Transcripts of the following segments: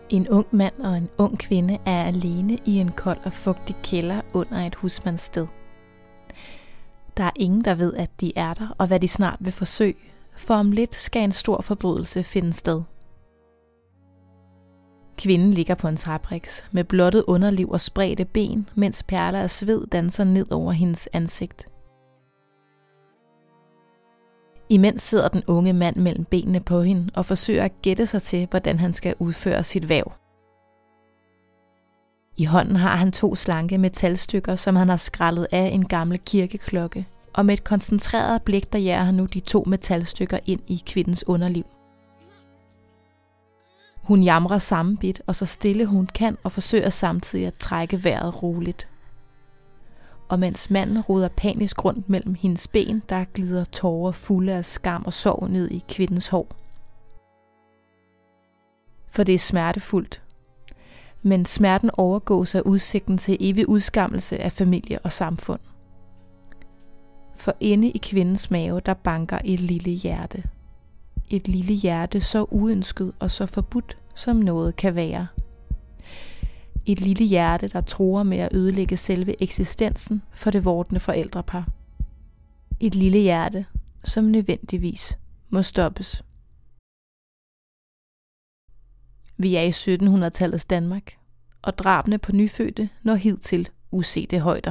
En ung mand og en ung kvinde er alene i en kold og fugtig kælder under et husmandssted. Der er ingen, der ved, at de er der, og hvad de snart vil forsøge, for om lidt skal en stor forbrydelse finde sted. Kvinden ligger på en træbriks med blottet underliv og spredte ben, mens perler af sved danser ned over hendes ansigt. Imens sidder den unge mand mellem benene på hende og forsøger at gætte sig til, hvordan han skal udføre sit hverv. I hånden har han 2 slanke metalstykker, som han har skrællet af en gammel kirkeklokke, og med et koncentreret blik, der jager han nu de 2 metalstykker ind i kvindens underliv. Hun jamrer sammenbidt, og så stille hun kan, og forsøger samtidig at trække vejret roligt. Og mens manden roder panisk rundt mellem hendes ben, der glider tårer fulde af skam og sorg ned i kvindens hår. For det er smertefuldt. Men smerten overgås af udsigten til evig udskammelse af familie og samfund. For inde i kvindens mave, der banker et lille hjerte. Et lille hjerte så uønsket og så forbudt, som noget kan være. Et lille hjerte, der truer med at ødelægge selve eksistensen for det vordende forældrepar. Et lille hjerte, som nødvendigvis må stoppes. Vi er i 1700-tallets Danmark, og drabene på nyfødte når hidtil usete højder.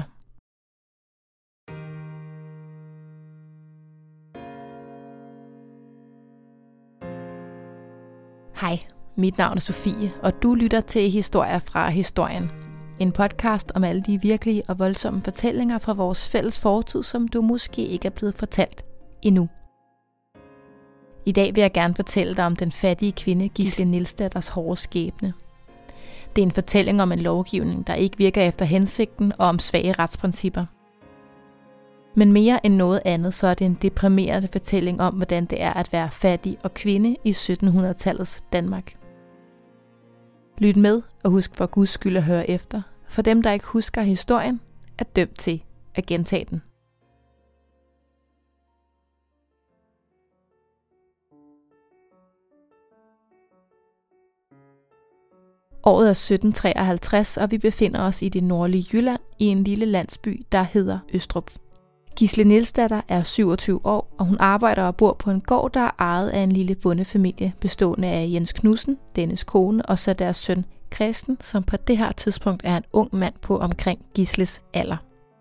Hej, mit navn er Sofie, og du lytter til Historier fra Historien. En podcast om alle de virkelige og voldsomme fortællinger fra vores fælles fortid, som du måske ikke er blevet fortalt endnu. I dag vil jeg gerne fortælle dig om den fattige kvinde Gisle Nielsdatters hårde skæbne. Det er en fortælling om en lovgivning, der ikke virker efter hensigten, og om svage retsprincipper. Men mere end noget andet, så er det en deprimerende fortælling om, hvordan det er at være fattig og kvinde i 1700-tallets Danmark. Lyt med, og husk for Guds skyld at høre efter, for dem, der ikke husker historien, er dømt til at gentage den. Året er 1753, og vi befinder os i det nordlige Jylland i en lille landsby, der hedder Østrup. Gisle Nielsdatter er 27 år, og hun arbejder og bor på en gård, der er ejet af en lille bondefamilie, bestående af Jens Knudsen, dennes kone, og så deres søn Christen, som på det her tidspunkt er en ung mand på omkring Gisles alder.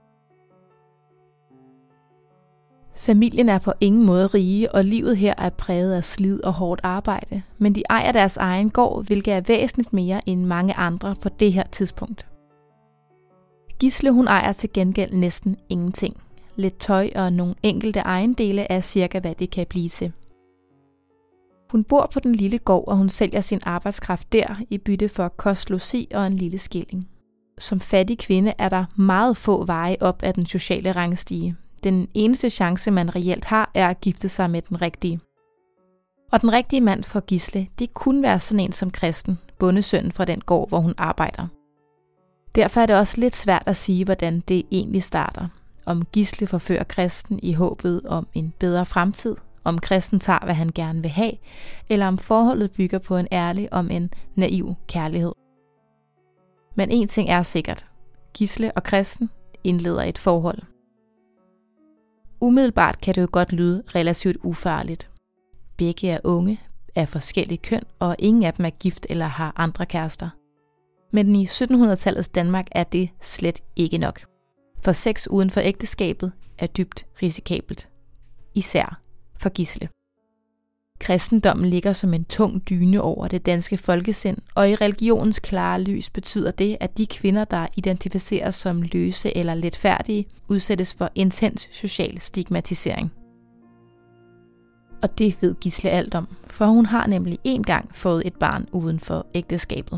Familien er på ingen måde rige, og livet her er præget af slid og hårdt arbejde, men de ejer deres egen gård, hvilket er væsentligt mere end mange andre på det her tidspunkt. Gisle, hun ejer til gengæld næsten ingenting. Lidt tøj og nogle enkelte ejendele er cirka, hvad det kan blive til. Hun bor på den lille gård, og hun sælger sin arbejdskraft der i bytte for kost, logi og en lille skilling. Som fattig kvinde er der meget få veje op ad den sociale rangstige. Den eneste chance, man reelt har, er at gifte sig med den rigtige. Og den rigtige mand for Gisle, det kunne være sådan en som Christen, bondesønnen fra den gård, hvor hun arbejder. Derfor er det også lidt svært at sige, hvordan det egentlig starter. Om Gisle forfører Christen i håbet om en bedre fremtid, om Christen tager, hvad han gerne vil have, eller om forholdet bygger på en ærlig om en naiv kærlighed. Men en ting er sikkert. Gisle og Christen indleder et forhold. Umiddelbart kan det jo godt lyde relativt ufarligt. Begge er unge, af forskellige køn, og ingen af dem er gift eller har andre kærester. Men i 1700-tallets Danmark er det slet ikke nok. For sex uden for ægteskabet er dybt risikabelt. Især for Gisle. Kristendommen ligger som en tung dyne over det danske folkesind, og i religionens klare lys betyder det, at de kvinder, der identificeres som løse eller letfærdige, udsættes for intens social stigmatisering. Og det ved Gisle alt om, for hun har nemlig engang fået et barn uden for ægteskabet.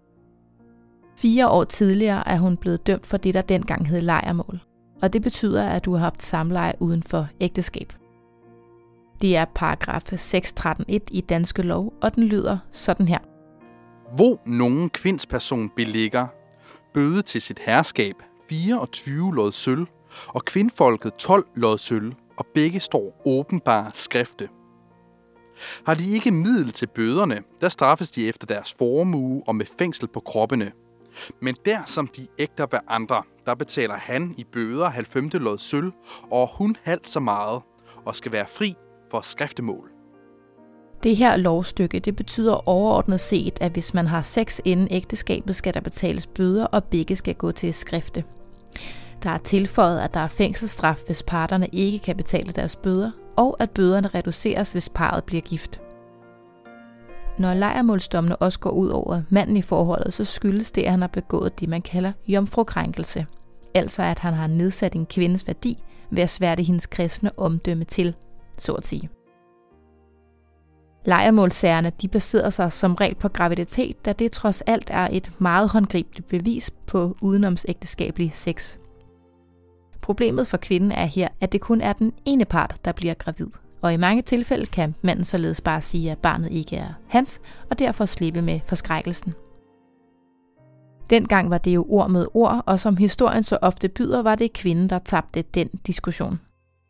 4 år tidligere er hun blevet dømt for det, der dengang hed lejrmål. Og det betyder, at du har haft samleje uden for ægteskab. Det er paragraf 613.1 i danske lov, og den lyder sådan her. Hvor nogen kvindsperson beligger, bøde til sit herskab 24 lod sølv, og kvindfolket 12 lod sølv, og begge står åbenbare skrifte. Har de ikke middel til bøderne, der straffes de efter deres formue og med fængsel på kroppene. Men der som de ægter hver andre, der betaler han i bøder 90 lod sølv og hun halvt så meget, og skal være fri for skriftemål. Det her lovstykke, det betyder overordnet set, at hvis man har sex inden ægteskabet, skal der betales bøder, og begge skal gå til skrifte. Der er tilføjet, at der er fængselsstraf, hvis parterne ikke kan betale deres bøder, og at bøderne reduceres, hvis parret bliver gift. Når lejermålsdommene også går ud over manden i forholdet, så skyldes det, at han har begået det, man kalder jomfrukrænkelse. Altså at han har nedsat en kvindes værdi ved at sværte hendes kristne omdømme til, så at sige. Lejermålssagerne, de baserer sig som regel på graviditet, da det trods alt er et meget håndgribeligt bevis på udenomsægteskabelig sex. Problemet for kvinden er her, at det kun er den ene part, der bliver gravid. Og i mange tilfælde kan manden således bare sige, at barnet ikke er hans, og derfor slippe med forskrækkelsen. Dengang var det jo ord med ord, og som historien så ofte byder, var det kvinden, der tabte den diskussion.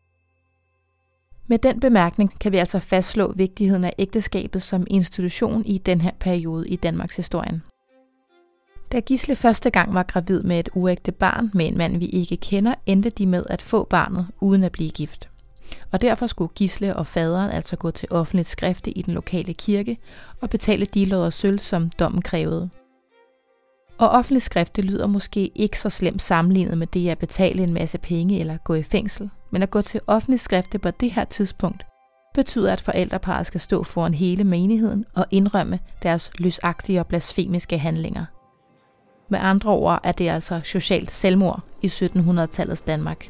Med den bemærkning kan vi altså fastslå vigtigheden af ægteskabet som institution i den her periode i Danmarks historien. Da Gisle første gang var gravid med et uægte barn med en mand, vi ikke kender, endte de med at få barnet uden at blive gift. Og derfor skulle Gisle og faderen altså gå til offentligt skrifte i den lokale kirke og betale de lodder sølv, som dommen krævede. Og offentligt skrifte lyder måske ikke så slemt sammenlignet med det at betale en masse penge eller gå i fængsel, men at gå til offentligt skrifte på det her tidspunkt betyder, at forældreparret skal stå foran hele menigheden og indrømme deres løsagtige og blasfemiske handlinger. Med andre ord er det altså socialt selvmord i 1700-tallets Danmark.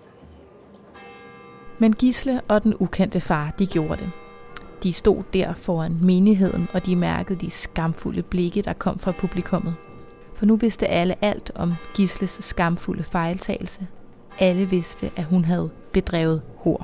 Men Gisle og den ukendte far, de gjorde det. De stod der foran menigheden, og de mærkede de skamfulde blikke, der kom fra publikummet. For nu vidste alle alt om Gisles skamfulde fejltagelse. Alle vidste, at hun havde bedrevet hor.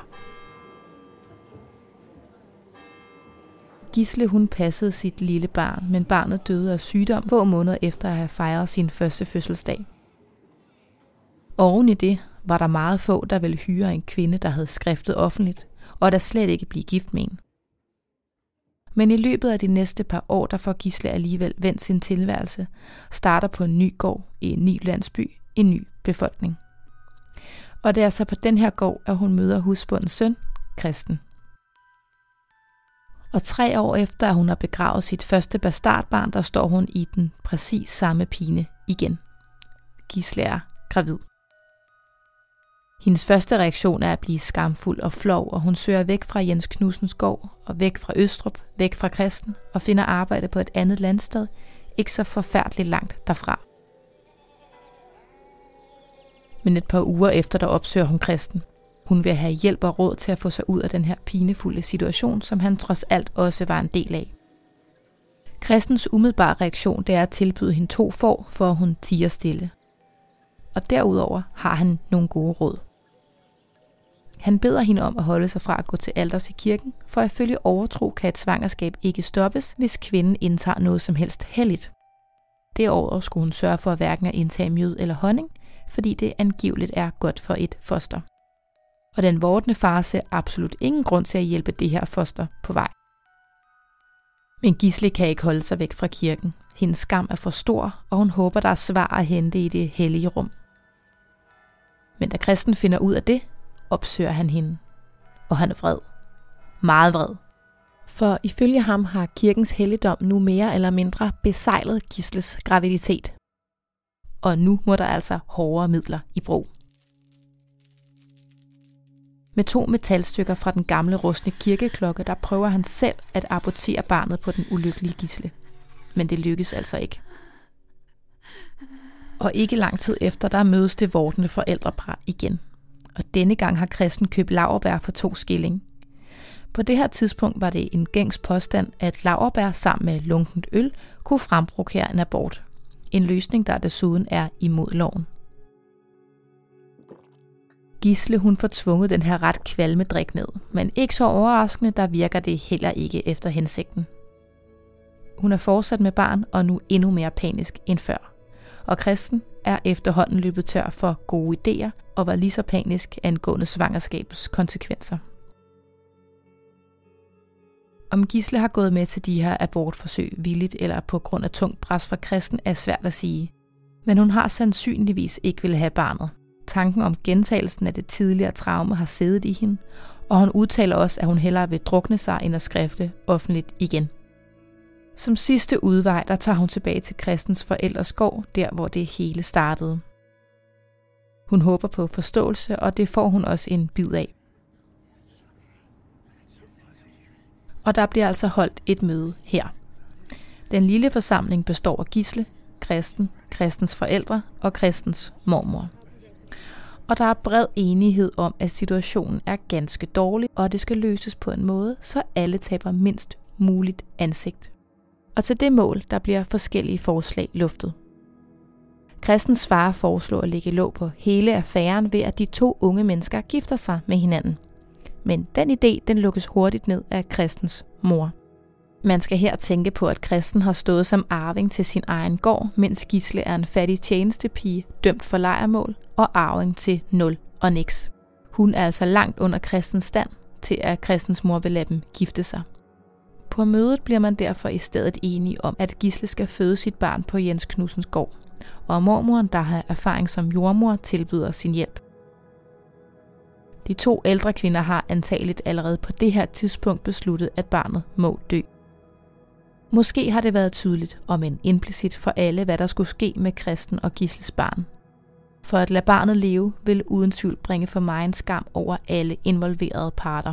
Gisle, hun passede sit lille barn, men barnet døde af sygdom få måneder efter at have fejret sin første fødselsdag. Oven i det var der meget få, der ville hyre en kvinde, der havde skriftet offentligt, og der slet ikke blive gift med en. Men i løbet af de næste par år, der får Gisle alligevel vendt sin tilværelse, starter på en ny gård i en ny landsby, en ny befolkning. Og det er så på den her gård, at hun møder husbondens søn, Christen. Og 3 år efter, at hun har begravet sit første bastardbarn, der står hun i den præcis samme pine igen. Gisle er gravid. Hendes første reaktion er at blive skamfuld og flov, og hun søger væk fra Jens Knudsens gård og væk fra Østrup, væk fra Christen og finder arbejde på et andet landsted, ikke så forfærdeligt langt derfra. Men et par uger efter, der opsøger hun Christen. Hun vil have hjælp og råd til at få sig ud af den her pinefulde situation, som han trods alt også var en del af. Christens umiddelbare reaktion, det er at tilbyde hende 2 får, for at hun tier stille. Og derudover har han nogle gode råd. Han beder hende om at holde sig fra at gå til alters i kirken, for ifølge overtro kan et svangerskab ikke stoppes, hvis kvinden indtager noget som helst helligt. Derudover skulle hun sørge for at hverken at indtage mjød eller honning, fordi det angiveligt er godt for et foster. Og den vordende far ser absolut ingen grund til at hjælpe det her foster på vej. Men Gisle kan ikke holde sig væk fra kirken. Hendes skam er for stor, og hun håber, der er svar at hente i det hellige rum. Men da Christen finder ud af det, opsøger han hende. Og han er vred. Meget vred. For ifølge ham har kirkens helligdom nu mere eller mindre besejlet Gisles graviditet. Og nu må der altså hårdere midler i brug. Med 2 metalstykker fra den gamle rustne kirkeklokke, der prøver han selv at abortere barnet på den ulykkelige Gisle. Men det lykkes altså ikke. Og ikke lang tid efter, der mødes det vordende forældrepar igen. Og denne gang har Christen købt laurbær for 2 skilling. På det her tidspunkt var det en gængs påstand, at laurbær sammen med lunkent øl kunne fremprovokere en abort. En løsning, der desuden er imod loven. Gisle, hun får tvunget den her ret kvalme drik ned, men ikke så overraskende, der virker det heller ikke efter hensigten. Hun er fortsat med barn, og nu endnu mere panisk end før. Og Christen er efterhånden løbet tør for gode idéer, og var lige så panisk angående svangerskabets konsekvenser. Om Gisle har gået med til de her abortforsøg villigt eller på grund af tungt pres fra Kristen er svært at sige. Men hun har sandsynligvis ikke ville have barnet. Tanken om gentagelsen af det tidligere traume har siddet i hende, og hun udtaler også, at hun hellere vil drukne sig end at skrifte offentligt igen. Som sidste udvej, der tager hun tilbage til Kristens forældres gård, der hvor det hele startede. Hun håber på forståelse, og det får hun også en bid af. Og der bliver altså holdt et møde her. Den lille forsamling består af Gisle, Kristen, Kristens forældre og Kristens mormor. Og der er bred enighed om, at situationen er ganske dårlig, og det skal løses på en måde, så alle taber mindst muligt ansigt. Og til det mål, der bliver forskellige forslag luftet. Kristens far foreslår at lægge låg på hele affæren ved, at de 2 unge mennesker gifter sig med hinanden. Men den idé, den lukkes hurtigt ned af Kristens mor. Man skal her tænke på, at Kristen har stået som arving til sin egen gård, mens Gisle er en fattig tjenestepige, dømt for lejrmål og arving til 0 og niks. Hun er altså langt under Kristens stand til, at Kristens mor vil lade dem gifte sig. På mødet bliver man derfor i stedet enige om, at Gisle skal føde sit barn på Jens Knudsens gård, og mormoren, der har erfaring som jordmor, tilbyder sin hjælp. De 2 ældre kvinder har antageligt allerede på det her tidspunkt besluttet, at barnet må dø. Måske har det været tydeligt, om end implicit for alle, hvad der skulle ske med Kristen og Gisles barn. For at lade barnet leve, vil uden tvivl bringe for mig en skam over alle involverede parter.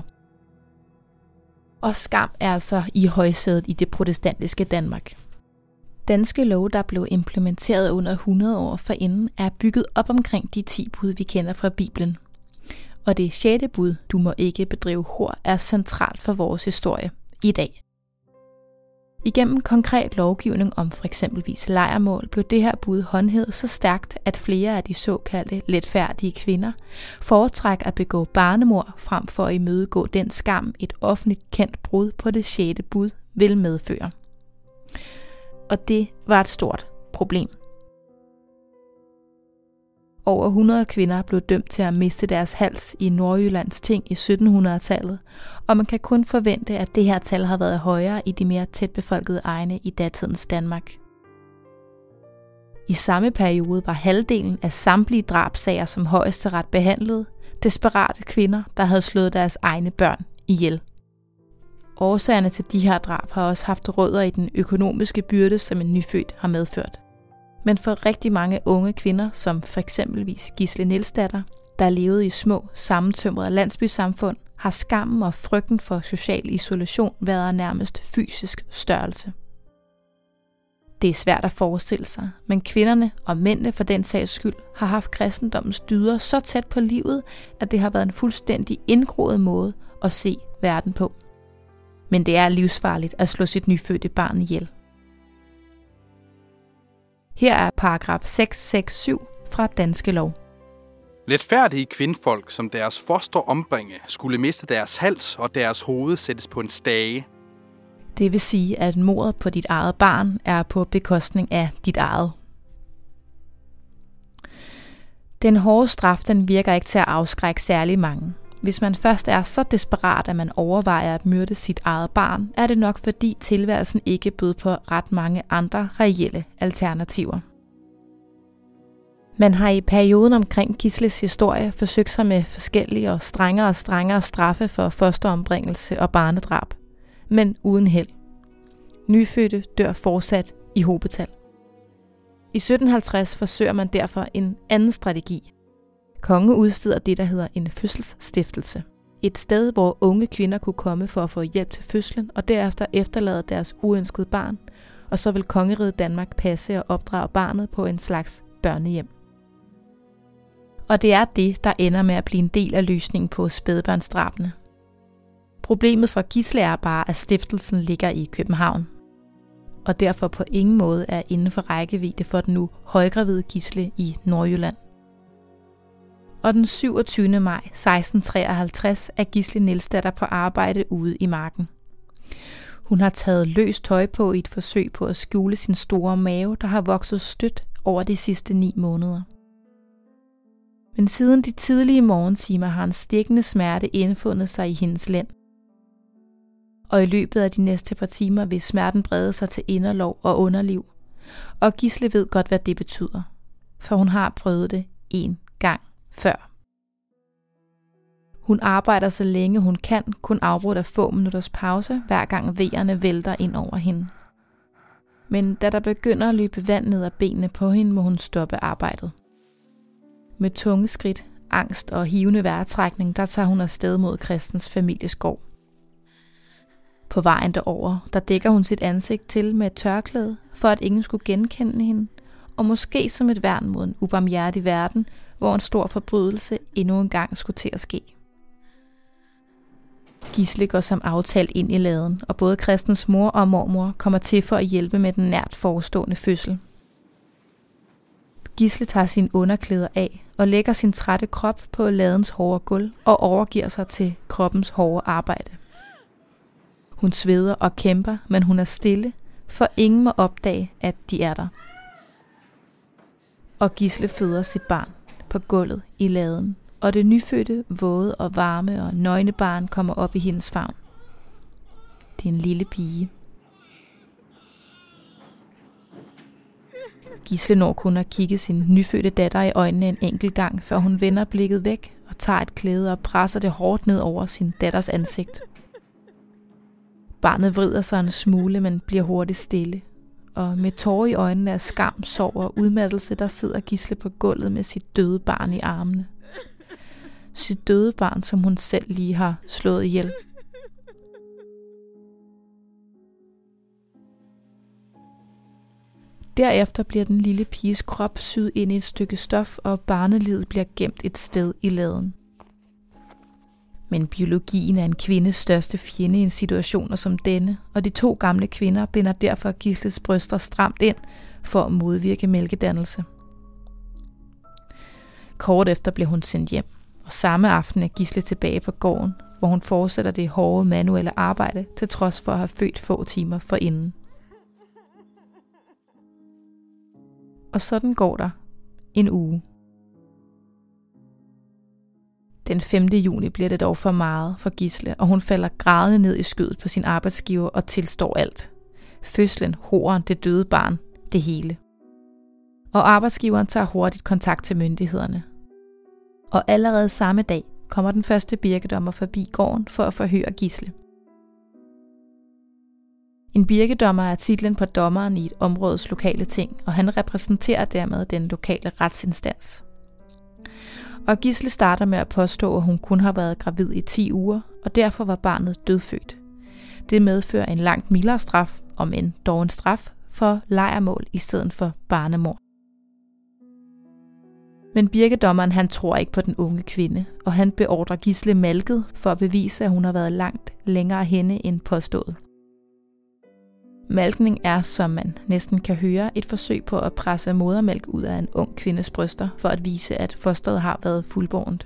Og skam er altså i højsædet i det protestantiske Danmark. Danske love, der blev implementeret under 100 år forinden, er bygget op omkring de 10 bud, vi kender fra Bibelen. Og det 6. bud, du må ikke bedrive hor, er centralt for vores historie i dag. Igennem konkret lovgivning om for eksempelvis lejrmål blev det her bud håndhævet så stærkt, at flere af de såkaldte letfærdige kvinder foretrækker at begå barnemord frem for at imødegå den skam, et offentligt kendt brud på det 6. bud vil medføre. Og det var et stort problem. Over 100 kvinder blev dømt til at miste deres hals i Nordjyllands ting i 1700-tallet, og man kan kun forvente, at det her tal har været højere i de mere tætbefolkede egne i datidens Danmark. I samme periode var halvdelen af samtlige drabsager, som Højesteret behandlede, desperate kvinder, der havde slået deres egne børn ihjel. Årsagerne til de her drab har også haft rødder i den økonomiske byrde, som en nyfødt har medført. Men for rigtig mange unge kvinder, som for eksempelvis Gisle Nielsdatter, der levede i små, sammentømrede landsbysamfund, har skammen og frygten for social isolation været nærmest fysisk størrelse. Det er svært at forestille sig, men kvinderne og mændene for den sags skyld har haft kristendommens dyder så tæt på livet, at det har været en fuldstændig indgroet måde at se verden på. Men det er livsfarligt at slå sit nyfødte barn ihjel. Her er paragraf 667 fra Danske Lov. Letfærdige kvindfolk, som deres foster ombringe, skulle miste deres hals og deres hoved sættes på en stage. Det vil sige, at mordet på dit eget barn er på bekostning af dit eget. Den hårde straf, den virker ikke til at afskrække særlig mange. Hvis man først er så desperat, at man overvejer at myrde sit eget barn, er det nok fordi tilværelsen ikke bød på ret mange andre reelle alternativer. Man har i perioden omkring Gisles historie forsøgt sig med forskellige og strengere straffe for fosterombringelse og barnedrab, men uden held. Nyfødte dør fortsat i hobetal. I 1750 forsøger man derfor en anden strategi. Kongen udsteder det, der hedder en fødselsstiftelse. Et sted, hvor unge kvinder kunne komme for at få hjælp til fødslen, og derefter efterlade deres uønskede barn, og så vil kongeriget Danmark passe og opdrage barnet på en slags børnehjem. Og det er det, der ender med at blive en del af løsningen på spædbørnsdrabene. Problemet for Gisle er bare, at stiftelsen ligger i København, og derfor på ingen måde er inden for rækkevidde for den nu højgravide Gisle i Nordjylland. Og den 27. maj 1653 er Gisle Nielsdatter på arbejde ude i marken. Hun har taget løst tøj på i et forsøg på at skjule sin store mave, der har vokset stødt over de sidste 9 måneder. Men siden de tidlige morgentimer har en stikkende smerte indfundet sig i hendes lænd. og i løbet af de næste par timer vil smerten brede sig til inderlov og underliv. Og Gisle ved godt, hvad det betyder, for hun har prøvet det en gang før. Hun arbejder så længe hun kan, kun afbrudt af få minutters pause, hver gang vejerne vælter ind over hende. Men da der begynder at løbe vand ned ad benene på hende, må hun stoppe arbejdet. Med tunge skridt, angst og hivende vejrtrækning, der tager hun afsted mod Christens familieskov. På vejen derover, der dækker hun sit ansigt til med et tørklæde, for at ingen skulle genkende hende, og måske som et værn mod en ubarmhjertig verden, hvor en stor forbrydelse endnu en gang skulle til at ske. Gisle går som aftalt ind i laden, og både Christens mor og mormor kommer til for at hjælpe med den nært forestående fødsel. Gisle tager sine underklæder af og lægger sin trætte krop på ladens hårde gulv og overgiver sig til kroppens hårde arbejde. Hun sveder og kæmper, men hun er stille, for ingen må opdage, at de er der. Og Gisle føder sit barn på gulvet i laden, og det nyfødte, våde og varme og nøgne barn kommer op i hendes favn. Det er en lille pige. Gisle når kun at kigge sin nyfødte datter i øjnene en enkelt gang, før hun vender blikket væk og tager et klæde og presser det hårdt ned over sin datters ansigt. Barnet vrider sig en smule, men bliver hurtigt stille. Og med tårer i øjnene af skam, sorg og udmattelse, der sidder Gisle på gulvet med sit døde barn i armene. Sit døde barn, som hun selv lige har slået ihjel. Derefter bliver den lille piges krop syet ind i et stykke stof, og barnelivet bliver gemt et sted i laden. Men biologien er en kvindes største fjende i en situation som denne, og de 2 gamle kvinder binder derfor Gisles bryster stramt ind for at modvirke mælkedannelse. Kort efter bliver hun sendt hjem, og samme aften er Gisle tilbage på gården, hvor hun fortsætter det hårde manuelle arbejde, til trods for at have født få timer forinden. Og sådan går der en uge. Den 5. juni bliver det dog for meget for Gisle, og hun falder grædende ned i skødet på sin arbejdsgiver og tilstår alt. Fødslen, horen, det døde barn, det hele. Og arbejdsgiveren tager hurtigt kontakt til myndighederne. Og allerede samme dag kommer den første birkedommer forbi gården for at forhøre Gisle. En birkedommer er titlen på dommeren i et områdes lokale ting, og han repræsenterer dermed den lokale retsinstans. Og Gisle starter med at påstå, at hun kun har været gravid i 10 uger, og derfor var barnet dødfødt. Det medfører en langt mildere straf, om end dog en straf, for lejrmål i stedet for barnemord. Men birkedommeren han tror ikke på den unge kvinde, og han beordrer Gisle malket for at bevise, at hun har været langt længere henne end påstået. Malkning er, som man næsten kan høre, et forsøg på at presse modermælk ud af en ung kvindes bryster, for at vise, at fosteret har været fuldbårent.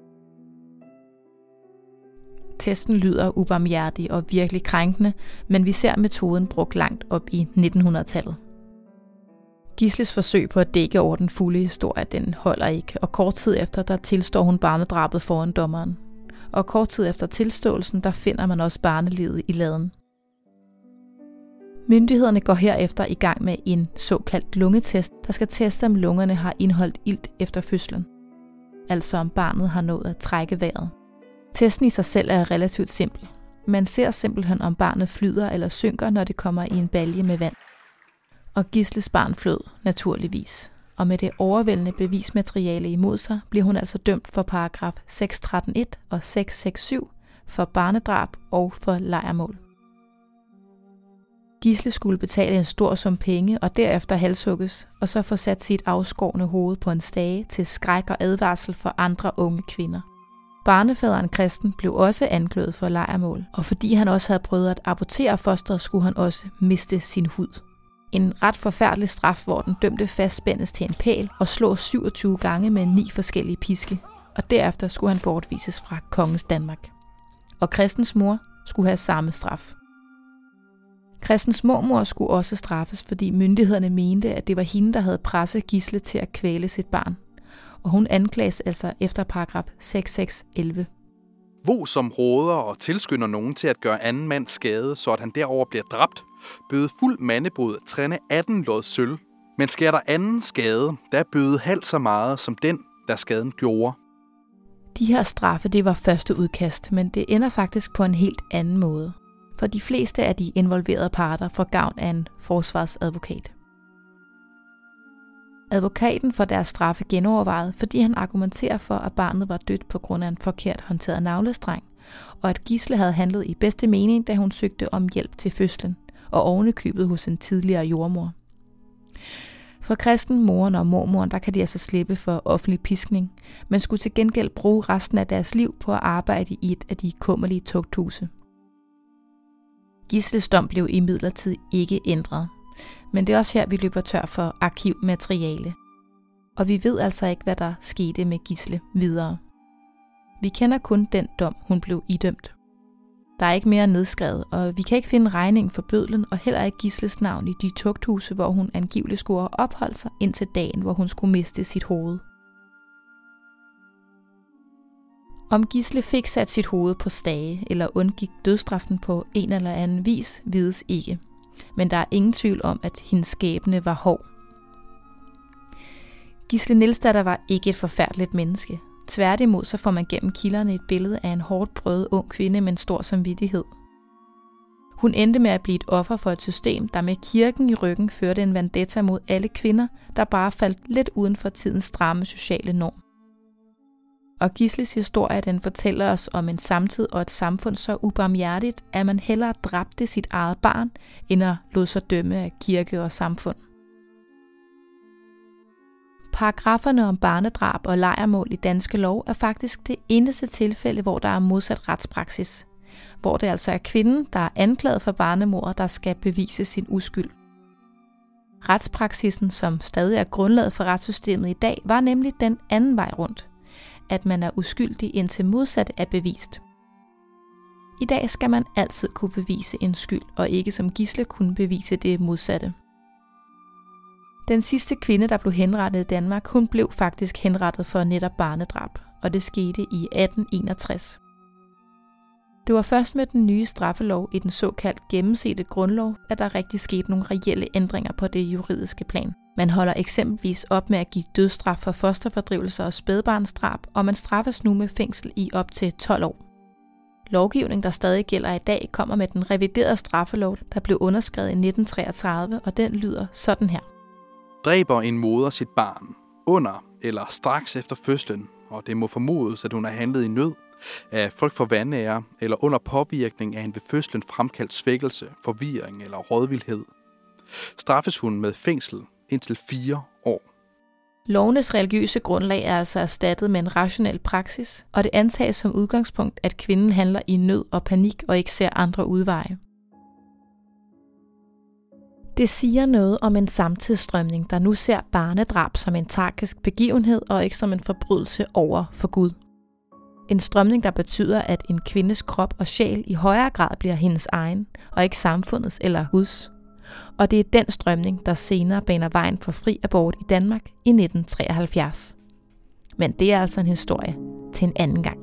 Testen lyder ubarmhjertig og virkelig krænkende, men vi ser metoden brugt langt op i 1900-tallet. Gisles forsøg på at dække over den fulde historie, den holder ikke, og kort tid efter, der tilstår hun barnedrabet foran dommeren. Og kort tid efter tilståelsen, der finder man også barnelivet i laden. Myndighederne går herefter i gang med en såkaldt lungetest, der skal teste, om lungerne har indeholdt ilt efter fødslen. Altså om barnet har nået at trække vejret. Testen i sig selv er relativt simpel. Man ser simpelthen, om barnet flyder eller synker, når det kommer i en balje med vand. Og Gisles barn flød, naturligvis. Og med det overvældende bevismateriale imod sig, bliver hun altså dømt for paragraf 613.1 og 667 for barnedrab og for lejrmål. Gisle skulle betale en stor sum penge og derefter halshugges, og så få sat sit afskårne hoved på en stage til skræk og advarsel for andre unge kvinder. Barnefaderen Christen blev også anklaget for lejrmål, og fordi han også havde prøvet at abortere fosteret, skulle han også miste sin hud. En ret forfærdelig straf, hvor den dømte fastspændes til en pæl og slås 27 gange med 9 forskellige piske, og derefter skulle han bortvises fra kongens Danmark. Og Christens mor skulle have samme straf. Christens mormor skulle også straffes, fordi myndighederne mente, at det var hende, der havde presset Gisle til at kvæle sit barn. Og hun anklages altså efter paragraf 6611. Vo, som råder og tilskynder nogen til at gøre anden mand skade, så at han derover bliver dræbt, bøde fuld mandebrud trænde 18 lod sølv. Men sker der anden skade, der bøde halvt så meget som den, der skaden gjorde. De her straffe, det var første udkast, men det ender faktisk på en helt anden måde. For de fleste af de involverede parter får gavn af en forsvarsadvokat. Advokaten får deres straffe genovervejet, fordi han argumenterer for, at barnet var dødt på grund af en forkert håndteret navlestreng, og at Gisle havde handlet i bedste mening, da hun søgte om hjælp til fødslen, og ovenikøbet hos en tidligere jordmor. For Kristen, moren og mormoren, der kan de altså slippe for offentlig piskning, men skulle til gengæld bruge resten af deres liv på at arbejde i et af de kummerlige tugthuse. Gisles dom blev imidlertid ikke ændret, men det er også her, vi løber tør for arkivmateriale. Og vi ved altså ikke, hvad der skete med Gisle videre. Vi kender kun den dom, hun blev idømt. Der er ikke mere nedskrevet, og vi kan ikke finde regningen for bødlen og heller ikke Gisles navn i de tugthuse, hvor hun angiveligt skulle have opholdt sig indtil dagen, hvor hun skulle miste sit hoved. Om Gisle fik sat sit hoved på stage eller undgik dødsstraffen på en eller anden vis, vides ikke. Men der er ingen tvivl om, at hendes skæbne var hård. Gisle Nielsdatter var ikke et forfærdeligt menneske. Tværtimod så får man gennem kilderne et billede af en hårdt prøvet ung kvinde med en stor samvittighed. Hun endte med at blive et offer for et system, der med kirken i ryggen førte en vendetta mod alle kvinder, der bare faldt lidt uden for tidens stramme sociale norm. Og Gisles historie, den fortæller os om en samtid og et samfund så ubarmhjertigt, at man hellere dræbte sit eget barn, end at lod sig dømme af kirke og samfund. Paragraferne om barnedrab og lejrmål i danske lov er faktisk det eneste tilfælde, hvor der er modsat retspraksis. Hvor det altså er kvinden, der er anklaget for barnemord, der skal bevise sin uskyld. Retspraksisen, som stadig er grundlaget for retssystemet i dag, var nemlig den anden vej rundt. At man er uskyldig indtil modsatte er bevist. I dag skal man altid kunne bevise en skyld, og ikke som Gisle kunne bevise det modsatte. Den sidste kvinde, der blev henrettet i Danmark, hun blev faktisk henrettet for netop barnedrab, og det skete i 1861. Det var først med den nye straffelov i den såkaldt gennemsete grundlov, at der rigtig skete nogle reelle ændringer på det juridiske plan. Man holder eksempelvis op med at give dødsstraf for fosterfordrivelser og spædbarnsdrab, og man straffes nu med fængsel i op til 12 år. Lovgivning, der stadig gælder i dag, kommer med den reviderede straffelov, der blev underskrevet i 1933, og den lyder sådan her. Dræber en moder sit barn under eller straks efter fødslen, og det må formodes, at hun er handlet i nød, af frygt for vanære eller under påvirkning af en ved fødslen fremkaldt svækkelse, forvirring eller rådvildhed, straffes hun med fængsel indtil 4 år. Lovenes religiøse grundlag er altså erstattet med en rationel praksis, og det antages som udgangspunkt, at kvinden handler i nød og panik og ikke ser andre udveje. Det siger noget om en samtidsstrømning, der nu ser barnedrab som en tragisk begivenhed og ikke som en forbrydelse over for Gud. En strømning, der betyder, at en kvindes krop og sjæl i højere grad bliver hendes egen, og ikke samfundets eller Guds. Og det er den strømning, der senere baner vejen for fri abort i Danmark i 1973. Men det er altså en historie til en anden gang.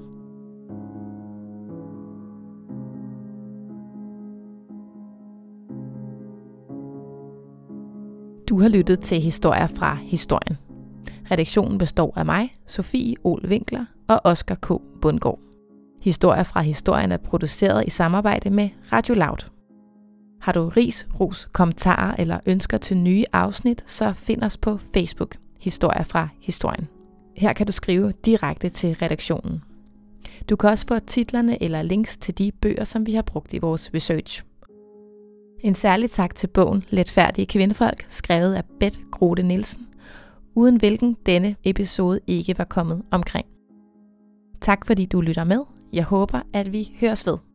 Du har lyttet til Historier fra Historien. Redaktionen består af mig, Sofie Ol Winkler og Oscar K. Bundgaard. Historier fra Historien er produceret i samarbejde med Radio Loud. Har du ris, ros, kommentarer eller ønsker til nye afsnit, så find os på Facebook, Historier fra Historien. Her kan du skrive direkte til redaktionen. Du kan også få titlerne eller links til de bøger, som vi har brugt i vores research. En særlig tak til bogen Letfærdige Kvindefolk, skrevet af Beth Grote Nielsen, uden hvilken denne episode ikke var kommet omkring. Tak fordi du lytter med. Jeg håber, at vi høres ved.